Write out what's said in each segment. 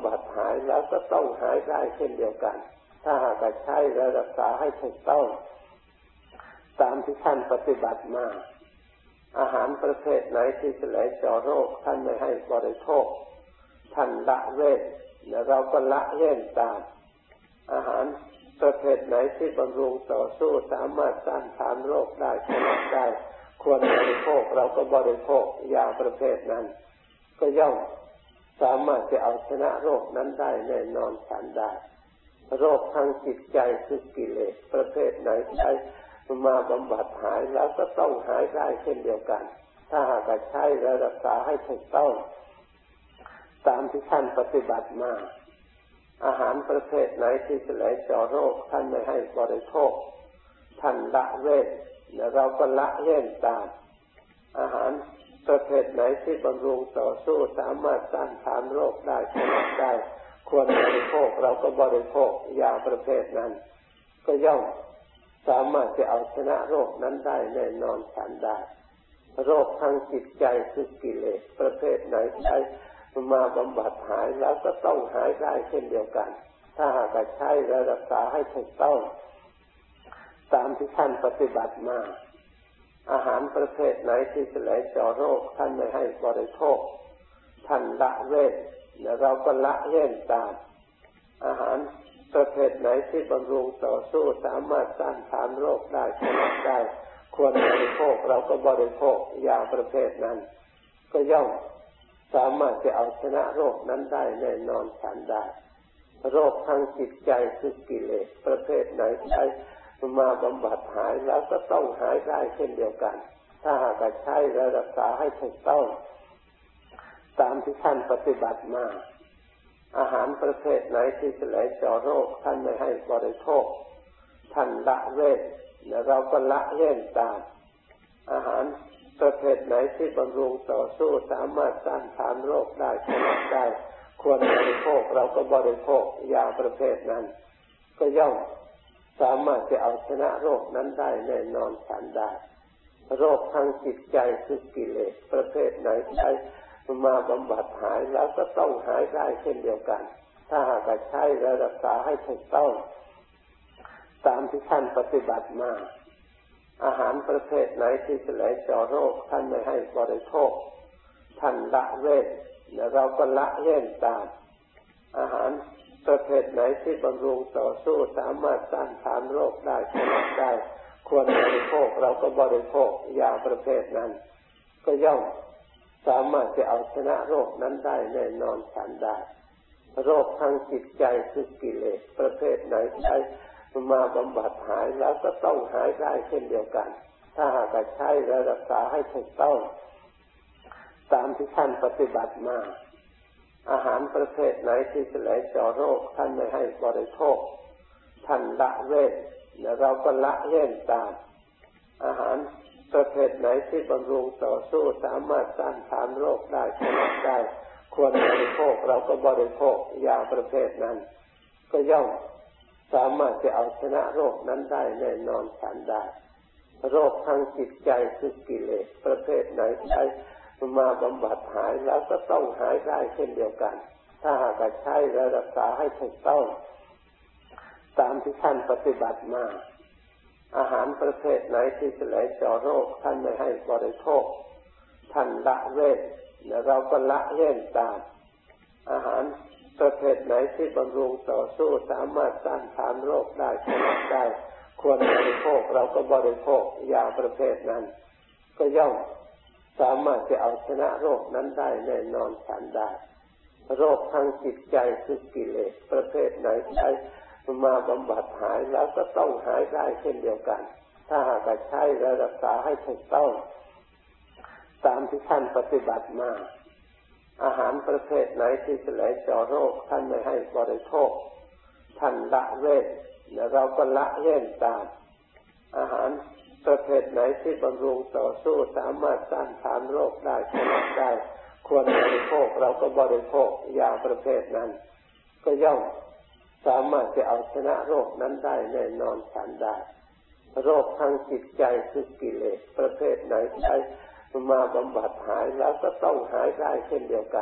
ำบัดหายแล้วก็ต้องหายได้เช่นเดียวกันถ้าหากใช้และรักษาให้ถูกต้องตามที่ท่านปฏิบัติมาอาหารประเภทไหนที่จะไหลเจาะโรคท่านไม่ให้บริโภคท่านละเว้นและเราก็ละเว้นตามอาหารประเภทไหนที่บำรุงต่อสู้สามารถต้านทานโรคได้ชนะได้ควรบริโภคเราก็บริโภคยาประเภทนั้นก็ย่อมสามารถจะเอาชนะโรคนั้นได้แน่นอนทันได้โรคทางจิตใจคือกิเลสประเภทไหนใช้มาบำบัดหายแล้วก็ต้องหายได้เช่นเดียวกันถ้าหากใช้และรักษาให้ถูกต้องตามที่ท่านปฏิบัติมาอาหารประเภทไหนที่จะไหลเจาะโรคท่านไม่ให้บริโภคท่านละเว้นและเราก็ละเว้นตามอาหารประเภทไหนที่บำรุงต่อสู้สามารถต้านทานโรคได้ชนะได้ควรบริโภคเราก็บริโภคยาประเภทนั้นก็ย่อมสามารถจะเอาชนะโรคนั้นได้แน่นอนทันได้โรคทางจิตใจคือกิเลสประเภทไหนใช้มาบำบัดหายแล้วก็ต้องหายได้เช่นเดียวกันถ้าหากใช้และรักษาให้ถูกต้องตามที่ท่านปฏิบัติมาอาหารประเภทไหนที่จะไหลเจาะโรคท่านไม่ให้บริโภคท่านละเว้นและเราก็ละเว้นตามอาหารประเภทไหนที่บำรุงต่อสู้สามารถต้านทานโรคได้ชนะได้ควรบริโภคเราก็บริโภคยาประเภทนั้นก็ย่อมสามารถจะเอาชนะโรคนั้นได้แน่นอนทันได้โรคทางจิตใจคือกิเลสประเภทไหนใช้มาบำบัดหายแล้วก็ต้องหายได้เช่นเดียวกันถ้าหากใช้และรักษาให้ถูกต้องตามที่ท่านปฏิบัติมาอาหารประเภทไหนที่จะไหลเจาะโรคท่านไม่ให้บริโภคท่านละเว้นและเราก็ละเว้นตามอาหารประเภทไหนที่บำรุงต่อสู้สามารถต้านทานโรคได้ชนะได้ควรบริโภคเราก็บริโภคยาประเภทนั้นก็ย่อมสามารถจะเอาชนะโรคนั้นได้แน่นอนทันได้โรคทางจิตใจคือกิเลสประเภทไหนใช้มาบำบัดหายแล้วก็ต้องหายได้เช่นเดียวกันถ้าหากใช้และรักษาให้ถูกต้องตามที่ท่านปฏิบัติมาอาหารประเภทไหนที่จะไหลเจาะโรคท่านไม่ให้บริโภคท่านละเว้นและเราก็ละเว้นตามอาหารประเภทไหนที่บำรุงต่อสู้สามารถต้านทานโรคได้ชนะได้ควรบริโภคเราก็บริโภคยาประเภทนั้นก็ย่อมสามารถจะเอาชนะโรคนั้นได้แน่นอนทันได้โรคทางจิตใจคือกิเลสประเภทไหนใช้มาบำบัดหายแล้วก็ต้องหายได้เช่นเดียวกันถ้าหากใช้และรักษาให้ถูกต้องตามที่ท่านปฏิบัติมาอาหารประเภทไหนที่จะไหลเจาะโรคท่านไม่ให้บริโภคท่านละเว้นและเราก็ละเว้นตามอาหารประเภทไหนที่บำรุงต่อสู้สามารถต้านทานโรคได้ชนะได้ควรบริโภคเราก็บริโภคยาประเภทนั้นก็ย่อมสามารถจะเอาชนะโรคนั้นได้แน่นอนทันได้โรคทางจิตใจคือกิเลสประเภทไหนใช้มาบำบัดหายแล้วก็ต้องหายได้เช่นเดียวกันถ้าหากใช้และรักษาให้ถูกต้องตามที่ท่านปฏิบัติมาอาหารประเภทไหนที่จะไหลเจาะโรคท่านไม่ให้บริโภคท่านละเว้นและเราก็ละเว้นตามอาหารประเภทไหนที่บำรุงต่อสู้สามารถต้านทานโรคได้ชนะได้ควรบริโภคเราก็บริโภคยาประเภทนั้นก็ย่อมสามารถจะเอาชนะโรคนั้นได้แน่นอนทันได้โรคทางจิตใจคือกิเลสประเภทไหนใช้มาบำบัดหายแล้วก็ต้องหายได้เช่นเดียวกันถ้าหากใช้และรักษาให้ถูกต้องตามที่ท่านปฏิบัติมาอาหารประเภทไหนที่จะไหลเจาะโรคท่านไม่ให้บริโภคท่านละเว้นและเราก็ละเว้นตามอาหารประเภทไหนที่บำรุงต่อสู้สามารถต้านทานโรคได้ชนะได้ควรบริโภคเราก็บริโภคยาประเภทนั้นก็ย่อมสามารถจะเอาชนะโรคนั้นได้แน่นอนทันได้โรคทางจิตใจคือกิเลสประเภทไหนใช้มาบำบัดหายแล้วก็ต้องหายได้เช่นเดียวกัน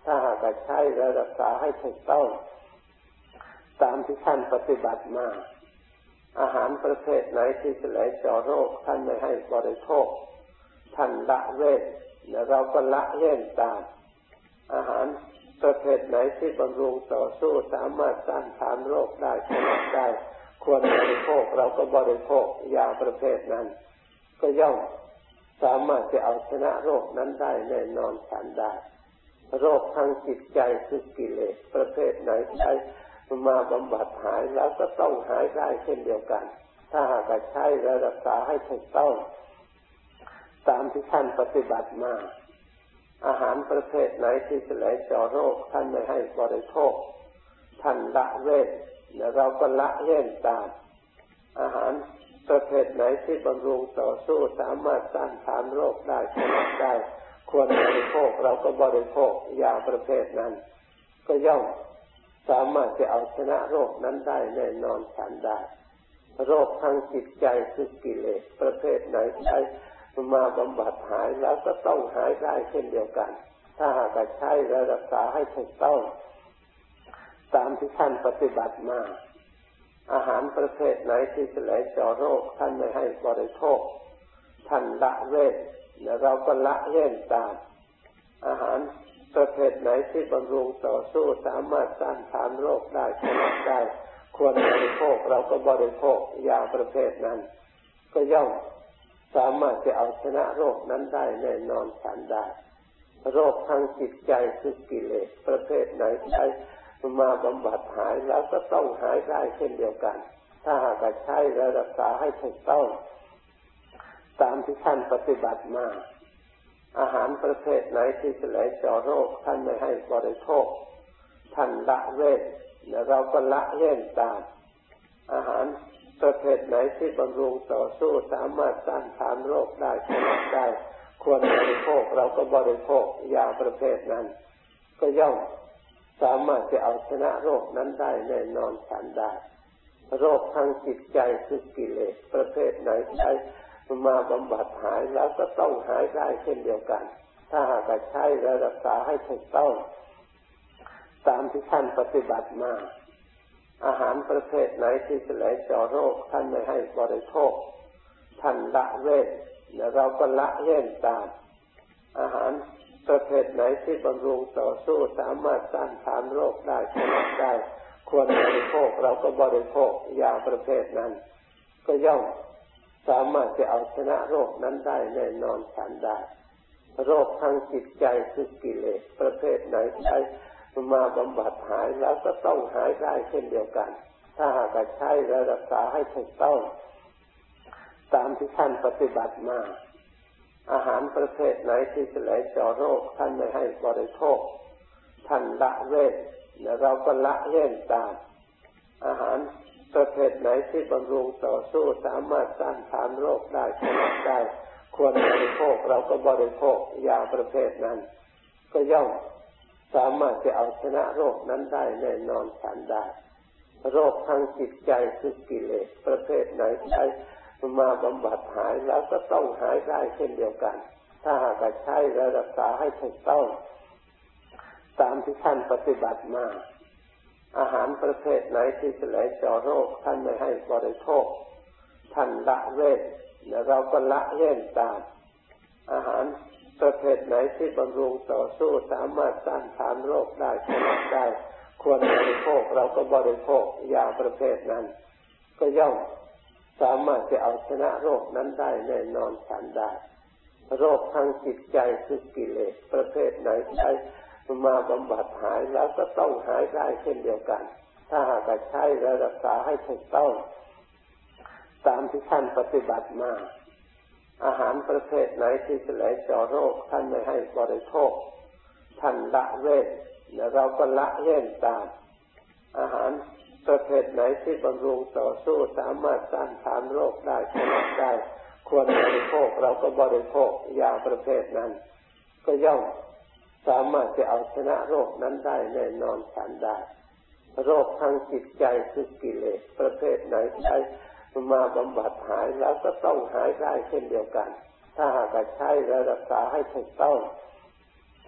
ถ้าหากใช้และรักษาให้ถูกต้องตามที่ท่านปฏิบัติมาอาหารประเภทไหนที่จะไหลเจาะโรคท่านไม่ให้บริโภคท่านละเว้นและเราก็ละเว้นตามอาหารประเภทไหนที่บำรุงต่อสู้สามารถต้านทานโรคได้ชนะได้ควรบริโภคเราก็บริโภคยาประเภทนั้นก็ย่อมสามารถจะเอาชนะโรคนั้นได้แน่นอนฉันได้โรคทางจิตใจคือกิเลสประเภทไหนใช้มาบำบัดหายแล้วก็ต้องหายได้เช่นเดียวกันถ้าหากใช้และรักษาให้ถูกต้องตามที่ท่านปฏิบัติมาอาหารประเภทไหนที่จะไหลเจาะโรคท่านไม่ให้บริโภคท่านละเว้นและเราก็ละเว้นตามอาหารประเภทไหนที่บำรุงต่อสู้สามารถต้านทานโรคได้ชนะได้ควรบริโภคเราก็บริโภคยาประเภทนั้นก็ย่อมสามารถจะเอาชนะโรคนั้นได้แน่นอนฉันได้โรคทางจิตใจคือกิเลสประเภทไหนใช้มาบำบัดหายแล้วก็ต้องหายได้เช่นเดียวกันถ้าหากใช้และรักษาให้ถูกต้องตามที่ท่านปฏิบัติมาอาหารประเภทไหนที่จะไหลเจาะโรคท่านไม่ให้บริโภคท่านละเว้นและเราก็ละเว้นตามอาหารประเภทไหนที่บำรุงต่อสู้สามารถต้านทานโรคได้ชนะได้ควรบริโภคเราก็บริโภคยาประเภทนั้นก็ย่อมสามารถจะเอาชนะโรคนั้นได้แน่นอนฉันได้โรคทางจิตใจคือกิเลสประเภทไหนใช้มาบำบัดหายแล้วก็ต้องหายได้เช่นเดียวกันถ้าหากใช้และรักษาให้ถูกต้องตามที่ท่านปฏิบัติมาอาหารประเภทไหนที่จะไหลเจาะโรคท่านไม่ให้บริโภคท่านละเว้นและเราก็ละเว้นตามอาหารประเภทไหนที่บำรุงต่อสู้สามารถต้านทานโรคได้ชนะได้ควรบริโภคเราก็บริโภคยาประเภทนั้นก็ย่อมสามารถจะเอาชนะโรคนั้นได้แน่นอนฉันได้โรคทางจิตใจคือกิเลสประเภทไหนใช้มาบำบัดหายแล้วก็ต้องหายได้เช่นเดียวกันถ้าหากใช้และรักษาให้ถูกต้องตามที่ท่านปฏิบัติมาอาหารประเภทไหนที่จะไหลเจาะโรคท่านไม่ให้บริโภคท่านละเว้นและเราก็ละเว้นตามอาหารประเภทไหนที่บำรุงต่อสู้สามารถต้านทานโรคได้ชนะได้ควรบริโภคเราก็บริโภคยาประเภทนั้นก็ย่อมสามารถจะเอาชนะโรคนั้นได้แน่นอนฉันได้โรคทางจิตใจคือกิเลสประเภทไหนใช้มาบำบัดหายแล้วก็ต้องหายได้เช่นเดียวกันถ้าหากใช้และรักษาให้ถูกต้องตามที่ท่านปฏิบัติมาอาหารประเภทไหนที่จะไหลเจาะโรคท่านไม่ให้บริโภคท่านละเว้นและเราก็ละเว้นตามอาหารประเภทไหนที่บำรุงต่อสู้สามารถต้านทานโรคได้ชนะได้ควรบริโภคเราก็บริโภคยาประเภทนั้นก็ย่อมสามารถจะเอาชนะโรคนั้นได้แน่นอนฉันได้โรคทางจิตใจคือกิเลสประเภทไหนใช้มาบำบัดหายแล้วก็ต้องหายได้เช่นเดียวกันถ้าหากใช้และรักษาให้ถูกต้องตามที่ท่านปฏิบัติมาอาหารประเภทไหนที่จะไหลเจาะโรคท่านไม่ให้บริโภคท่านละเว้นและเราก็ละเว้นตามอาหารประเภทไหนที่บำรุงต่อสู้สามารถต้านทานโรคได้ชนะได้ควรบริโภคเราก็บริโภคยาประเภทนั้นก็ย่อมสามารถจะเอาชนะโรคนั้นได้แน่นอนฉันได้โรคทางจิตใจคือกิเลสประเภทไหนใช้มาบำบัดหายแล้วก็ต้องหายได้เช่นเดียวกันถ้าหากใช้และรักษาให้ถูกต้องตามที่ท่านปฏิบัติมาอาหารประเภทไหนที่จะไหลเจาะโรคท่านไม่ให้บริโภคท่านละเว้นและเราก็ละเว้นตามอาหารประเภทไหนที่บำรุงต่อสู้สามารถต้านทานโรคได้ชนะได้ควรบริโภคเราก็บริโภคยาประเภทนั้นก็ย่อมสามารถจะเอาชนะโรคนั้นได้แน่นอนฉันได้โรคทางจิตใจคือกิเลสประเภทไหนใช้มาบำบัดหายแล้วก็ต้องหายได้เช่นเดียวกันถ้าหากใช้และรักษาให้ถูกต้อง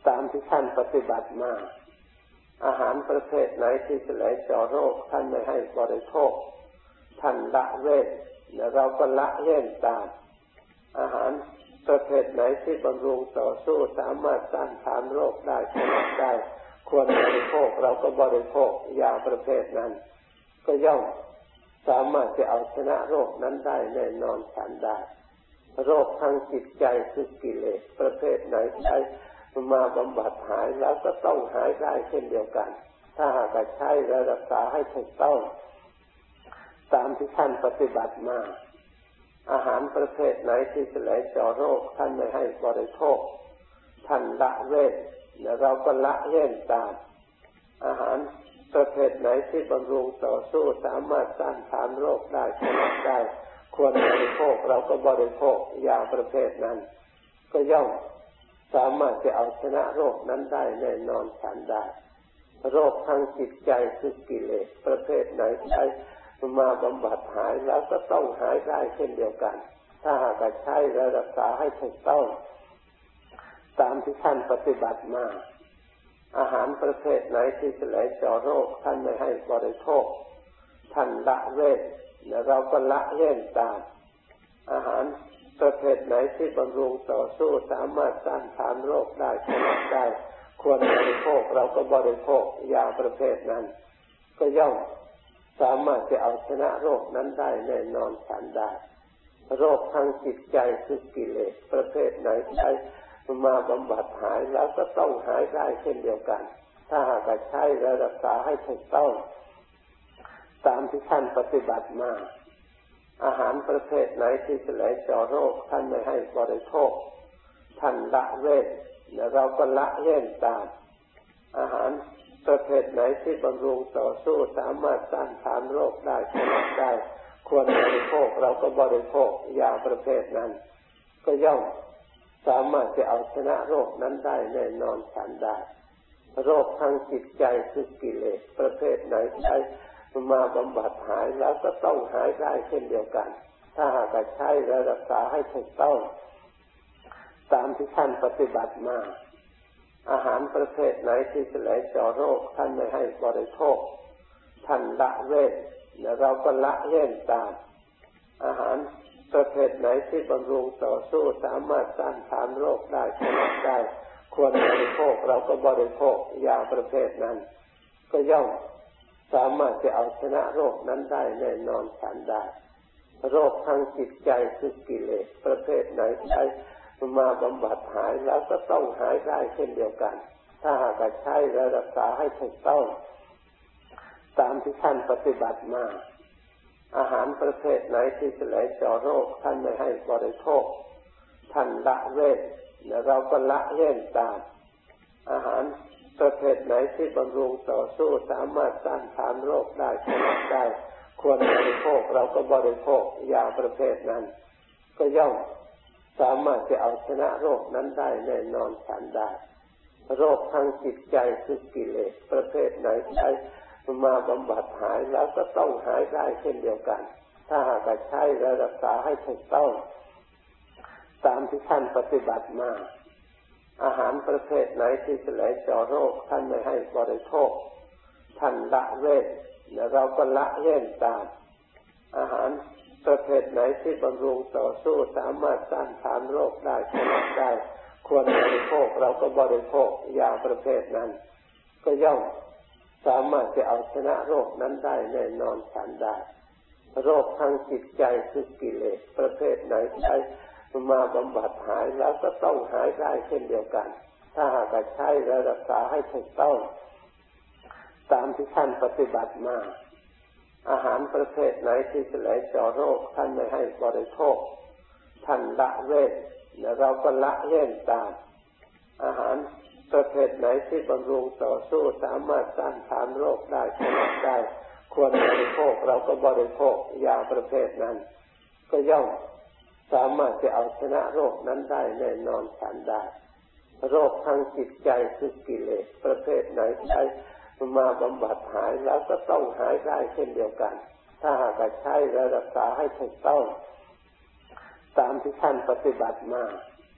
ตามที่ท่านปฏิบัติมาอาหารประเภทไหนที่จะไหลเจาะโรคท่านไม่ให้บริโภคท่านละเว้นและเราก็ละเว้นตามอาหารประเภทไหนที่บำรุงต่อสู้สามารถต้านทานโรคได้ชนะได้ควรบริโภคเราก็บริโภคยาประเภทนั้นก็ย่อมสามารถจะเอาชนะโรคนั้นได้แน่นอนฉันได้โรคทางจิตใจคือกิเลสประเภทไหนใช้มาบำบัดหายแล้วก็ต้องหายได้เช่นเดียวกันถ้าหากใช้และรักษาให้ถูกต้องตามที่ท่านปฏิบัติมาอาหารประเภทไหนที่จะไหลเจาะโรคท่านไม่ให้บริโภคท่านละเว้นและเราก็ละเว้นตามอาหารประเภทไหนที่บำรุงต่อสู้สามารถต้านทานโรคได้ชนะได้ควรบริโภคเราก็บริโภคยาประเภทนั้นก็ย่อมสามารถจะเอาชนะโรคนั้นได้แน่นอนฉันได้โรคทางจิตใจคือกิเลสประเภทไหนใช้มาบำบัดหายแล้วก็ต้องหายได้เช่นเดียวกันถ้าหากใช้และรักษาให้ถูกต้องตามที่ท่านปฏิบัติมาอาหารประเภทไหนที่จะไหลเจาะโรคท่านไม่ให้บริโภคท่านละเว้นและเราก็ละเว้นตามอาหารประเภทไหนที่บำรุงต่อสู้สามารถต้านทานโรคได้ชนะได้ควรบริโภคเราก็บริโภคยาประเภทนั้นก็ย่อมสามารถจะเอาชนะโรคนั้นได้แน่นอนฉันได้โรคทางจิตใจคือกิเลสประเภทไหนใช้มาบำบัดหายแล้วก็ต้องหายได้เช่นเดียวกันถ้าหากใช้และรักษาให้ถูกต้องตามที่ท่านปฏิบัติมาอาหารประเภทไหนที่จะไหลเจาะโรคท่านไม่ให้บริโภคท่านละเว้นและเราก็ละเว้นตามอาหารประเภทไหนที่บำรุงต่อสู้สามารถต้านทานโรคได้ชนะได้ควรบริโภคเราก็บริโภคยาประเภทนั้นก็ย่อมสามารถจะเอาชนะโรคนั้นได้แน่นอนฉันได้โรคทางจิตใจคือกิเลสประเภทไหนใช้มาบำบัดหายแล้วก็ต้องหายได้เช่นเดียวกันถ้าหากใช้และรักษาให้ถูกต้องตามที่ท่านปฏิบัติมาอาหารประเภทไหนที่จะไหลเจาะโรคท่านไม่ให้บริโภคท่านละเว้นและเราก็ละเว้นตามอาหารประเภทไหนที่บำรุงต่อสู้สามารถต้านทานโรคได้ชนะได้ควรบริโภคเราก็บริโภคยาประเภทนั้นก็ย่อมสามารถจะเอาชนะโรคนั้นได้แน่นอนฉันได้โรคทางจิตใจคือกิเลสประเภทไหนใช้มาบำบัดหายแล้วก็ต้องหายได้เช่นเดียวกันถ้าหากใช้และรักษาให้ถูกต้องตามที่ท่านปฏิบัติมาอาหารประเภทไหนที่จะไหลเจาะโรคท่านไม่ให้บริโภคท่านละเว้นและเราก็ละเว้นตามอาหารประเภทไหนที่บำรุงต่อสู้สามารถต้านทานโรคได้ชนะได้ควรบริโภคเราก็บริโภคยาประเภทนั้นก็ย่อมสามารถจะเอาชนะโรคนั้นได้แน่นอนฉันได้โรคทางจิตใจคือกิเลสประเภทไหนใช้มาบำบัดหายแล้วก็ต้องหายได้เช่นเดียวกันถ้าหากใช้และรักษาให้ถูกต้องตามที่ท่านปฏิบัติมาอาหารประเภทไหนที่จะไหลเจาะโรคท่านไม่ให้บริโภคท่านละเว้นและเราก็ละเว้นตามอาหารประเภทไหนที่บำรุงต่อสู้สามารถต้านทานโรคได้ชนะได้ควรบริโภคเราก็บริโภคยาประเภทนั้นก็ย่อมสามารถจะเอาชนะโรคนั้นได้แน่นอนฉันได้โรคทางจิตใจคือกิเลสประเภทไหนใช้มาบำบัดหายแล้วก็ต้องหายได้เช่นเดียวกันถ้าหากใช้และรักษาให้ถูกต้องตามที่ท่านปฏิบัติมาอาหารประเภทไหนที่จะไหลเจาะโรคท่านไม่ให้บริโภคท่านละเว้นและเราก็ละเว้นตามอาหารประเภทไหนที่บำรุงต่อสู้สามารถต้านทานโรคได้ชนะได้ควรบริโภคเราก็บริโภคยาประเภทนั้นก็ย่อมสามารถจะเอาชนะโรคนั้นได้แน่นอนฉันได้โรคทางจิตใจคือกิเลสประเภทไหนใช้มาบำบัดหายแล้วก็ต้องหายได้เช่นเดียวกันถ้าหากใช้และรักษาให้ถูกต้องตามที่ท่านปฏิบัติมา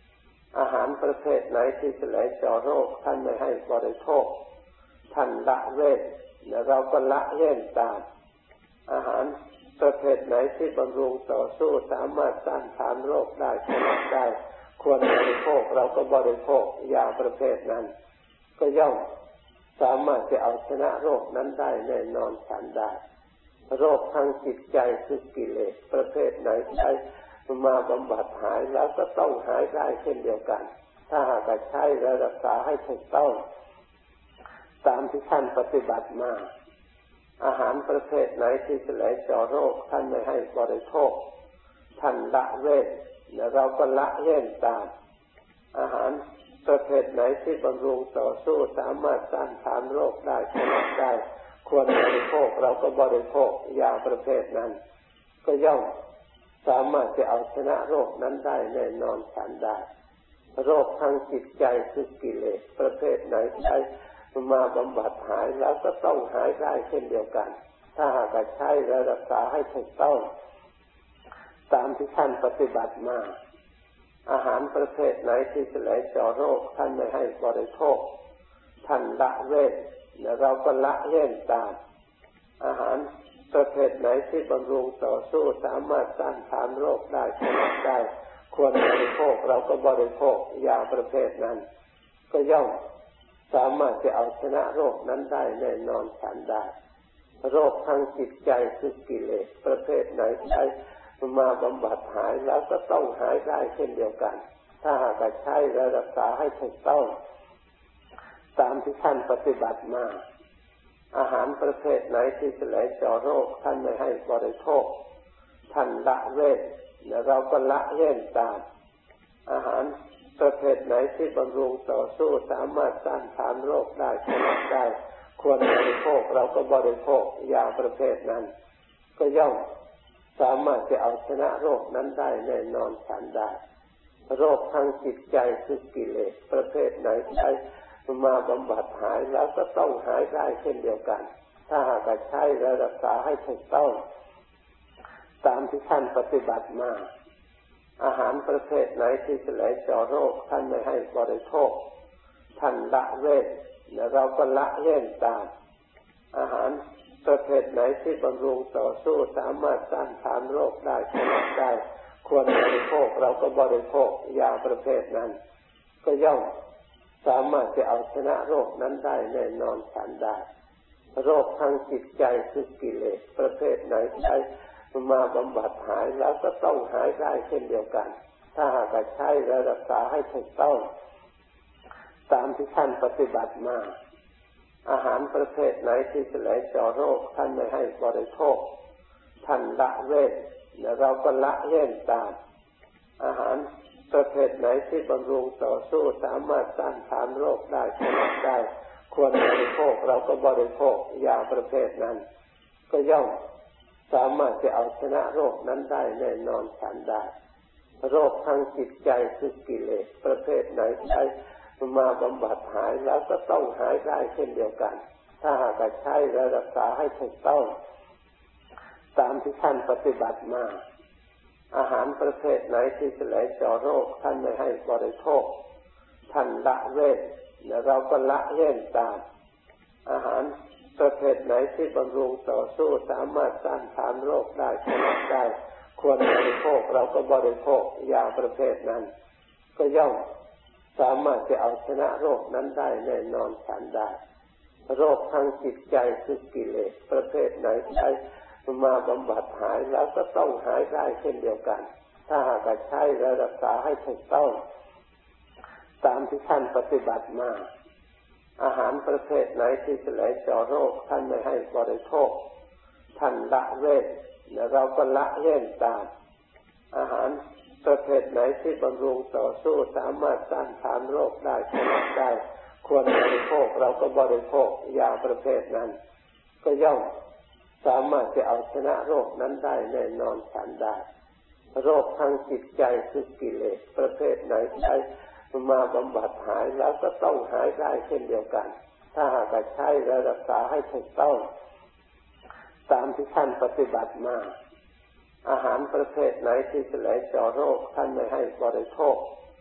อาหารประเภทไหนที่จะไหลเจาะโรคท่านไม่ให้บริโภคท่านละเว้นและเราก็ละเว้นตามอาหารประเภทไหนที่บำรุงต่อสู้สามารถต้านทานโรคได้ชนะได้ควรบริโภคเราก็บริโภคยาประเภทนั้นก็ย่อมสามารถจะเอาชนะโรคนั้นได้แน่นอนฉันได้โรคทางจิตใจคือกิเลสประเภทไหนใช้มาบำบัดหายแล้วก็ต้องหายได้เช่นเดียวกันถ้าหากใช้และรักษาให้ถูกต้องตามที่ท่านปฏิบัติมาอาหารประเภทไหนที่จะไหลเจาะโรคท่านไม่ให้บริโภคท่านละเว้นและเราก็ละเว้นตามอาหารประเภทไหนที่บำรุงต่อสู้สามารถต้านทานโรคได้ชนะได้ควรบริโภคเราก็บริโภคยาประเภทนั้นก็ย่อมสามารถจะเอาชนะโรคนั้นได้แน่นอนฉันได้โรคทางจิตใจคือกิเลสประเภทไหนใช้มาบำบัดหายแล้วก็ต้องหายได้เช่นเดียวกันถ้าหากใช้และรักษาให้ถูกต้องตามที่ท่านปฏิบัติมาอาหารประเภทไหนที่จะไหลเจาะโรคท่านไม่ให้บริโภคท่านละเว้นและเราก็ละเว้นตามอาหารประเภทไหนที่บำรุงต่อสู้สามารถต้านทานโรคได้ชนะได้ควรบริโภคเราก็บริโภคยาประเภทนั้นก็ย่อมสามารถจะเอาชนะโรคนั้นได้แน่นอนฉันได้โรคทางจิตใจคือกิเลสประเภทไหนใช้มาบำบัดหายแล้วก็ต้องหายได้เช่นเดียวกันถ้าหากใช้และรักษาให้ถูกต้องตามที่ท่านปฏิบัติมาอาหารประเภทไหนที่จะไหลเจาะโรคท่านไม่ให้บริโภคท่านละเว้นและเราก็ละเว้นตามอาหารประเภทไหนที่บำรุงต่อสู้สามารถต้านทานโรคได้ชนะได้ควรบริโภคเราก็บริโภคยาประเภทนั้นก็ย่อมสามารถจะเอาชนะโรคนั้นได้แน่นอนฉันได้โรคทางจิตใจคือกิเลสประเภทไหนใช้มาบำบัดหายแล้วก็ต้องหายได้เช่นเดียวกันถ้าหากใช้และรักษาให้ถูกต้องตามที่ท่านปฏิบัติมาอาหารประเภทไหนที่จะไหลเจาะโรคท่านไม่ให้บริโภคท่านละเว้นและเราก็ละเว้นตามอาหารประเภทไหนที่บำรุงต่อสู้สามารถต้านทานโรคได้ชนะได้ควรบริโภคเราก็บริโภคยาประเภทนั้นก็ย่อมสามารถจะเอาชนะโรคนั้นได้แน่นอนฉันได้โรคทางจิตใจคือกิเลสประเภทไหนใช้มาบำบัดหายแล้วก็ต้องหายได้เช่นเดียวกันถ้าหากใช้และรักษาให้ถูกต้องตามที่ท่านปฏิบัติมาอาหารประเภทไหนที่จะไหลเจาะโรคท่านไม่ให้บริโภคท่านละเว้นและเราก็ละเว้นตามอาหารประเภทไหนที่บำรุงต่อสู้สามารถต้านทานโรคได้ชนะได้ควรบริโภคเราก็บริโภคยาประเภทนั้นก็ย่อมสามารถจะเอาชนะโรคนั้นได้แน่นอนฉันได้โรคทางจิตใจคือกิเลสประเภทไหนใช้มาบำบัดหายแล้วก็ต้องหายได้เช่นเดียวกันถ้าหากใช้และรักษาให้ถูกต้องตามที่ท่านปฏิบัติมาอาหารประเภทไหนที่จะไหลเจาะโรคท่านไม่ให้บริโภคท่านละเว้นและเราก็ละเว้นตามอาหารประเภทไหนที่บำรุงต่อสู้สามารถต้านทานโรคได้ชนะได้ควรบริโภคเราก็บริโภคยาประเภทนั้นก็ย่อมสามารถจะเอาชนะโรคนั้นได้แน่นอนฉันได้โรคทางจิตใจคือกิเลสประเภทไหนใช้มาบำบัดหายแล้วก็ต้องหายได้เช่นเดียวกันถ้าหากใช้และรักษาให้ถูกต้องตามที่ท่านปฏิบัติมาอาหารประเภทไหนที่จะไหลเจาะโรคท่านไม่ให้บริโภคท่านละเว้นและเราก็ละเว้นตามอาหารประเภทไหนที่บำรุงต่อสู้สามารถต้านทานโรคได้ชนะได้ควรบริโภคเราก็บริโภคยาประเภทนั้นก็ย่อมสามารถจะเอาชนะโรคนั้นได้แน่นอนฉันได้โรคทางจิตใจคือกิเลสประเภทไหนใช้มาบำบัดหายแล้วก็ต้องหายได้เช่นเดียวกันถ้าหากใช้และรักษาให้ถูกต้องตามที่ท่านปฏิบัติมาอาหารประเภทไหนที่จะไหลเจาะโรคท่านไม่ให้บริโภค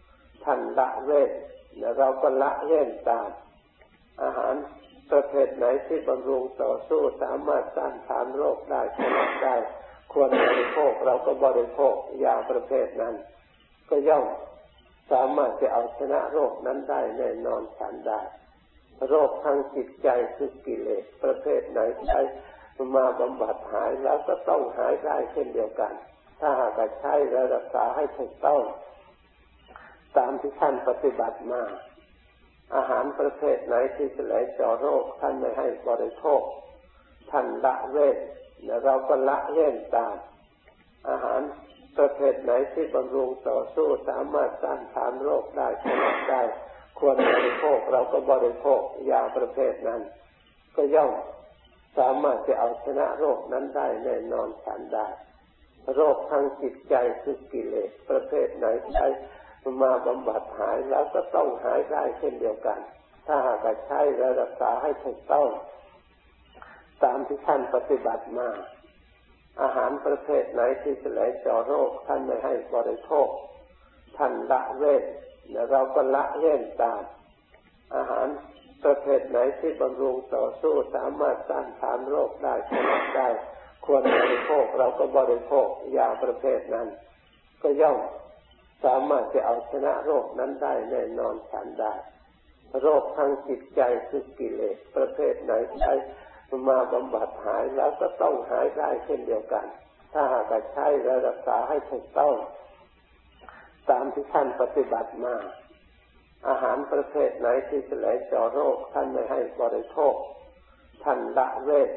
ท่านละเว้นและเราก็ละเว้นตามอาหารประเภทไหนที่บำรุงต่อสู้สามารถต้านทานโรคได้ชนะได้ควรบริโภคเราก็บริโภคยาประเภทนั้นก็ย่อมสามารถจะเอาชนะโรคนั้นได้แน่นอนฉันได้โรคทางจิตใจคือกิเลสประเภทไหนใช้มาบำบัดหายแล้วก็ต้องหายได้เช่นเดียวกันถ้าหากใช้และรักษาให้ถูกต้องตามที่ท่านปฏิบัติมาอาหารประเภทไหนที่จะไหลเจาะโรคท่านไม่ให้บริโภคท่านละเว้นและเราก็ละเว้นตามอาหารประเภทไหนที่บำรุงต่อสู้สามารถต้านทานโรคได้ชนะได้ควรบริโภคเราก็บริโภคยาประเภทนั้นก็ย่อมสามารถจะเอาชนะโรคนั้นได้แน่นอนฉันได้โรคทางจิตใจคือกิเลสประเภทไหนใช้มาบำบัดหายแล้วก็ต้องหายได้เช่นเดียวกันถ้าหากใช้และรักษาให้ถูกต้องตามที่ท่านปฏิบัติมาอาหารประเภทไหนที่จะไหลเจาะโรคท่านไม่ให้บริโภคท่านละเว้นและเราก็ละเว้นตามอาหารประเภทไหนที่บำรุงต่อสู้สามารถต้านทานโรคได้ชนะได้ควรบริโภคเราก็บริโภคยาประเภทนั้นก็ย่อมสามารถจะเอาชนะโรคนั้นได้แน่นอนฉันได้โรคทางจิตใจคือกิเลสประเภทไหนใช้มาบำบัดหายแล้วก็ต้องหายได้เช่นเดียวกันถ้าหากใช้และรักษาให้ถูกต้องตามที่ท่านปฏิบัติมาอาหารประเภทไหนที่จะไหลเจาะโรคท่านไม่ให้บริโภคท่านละเว้น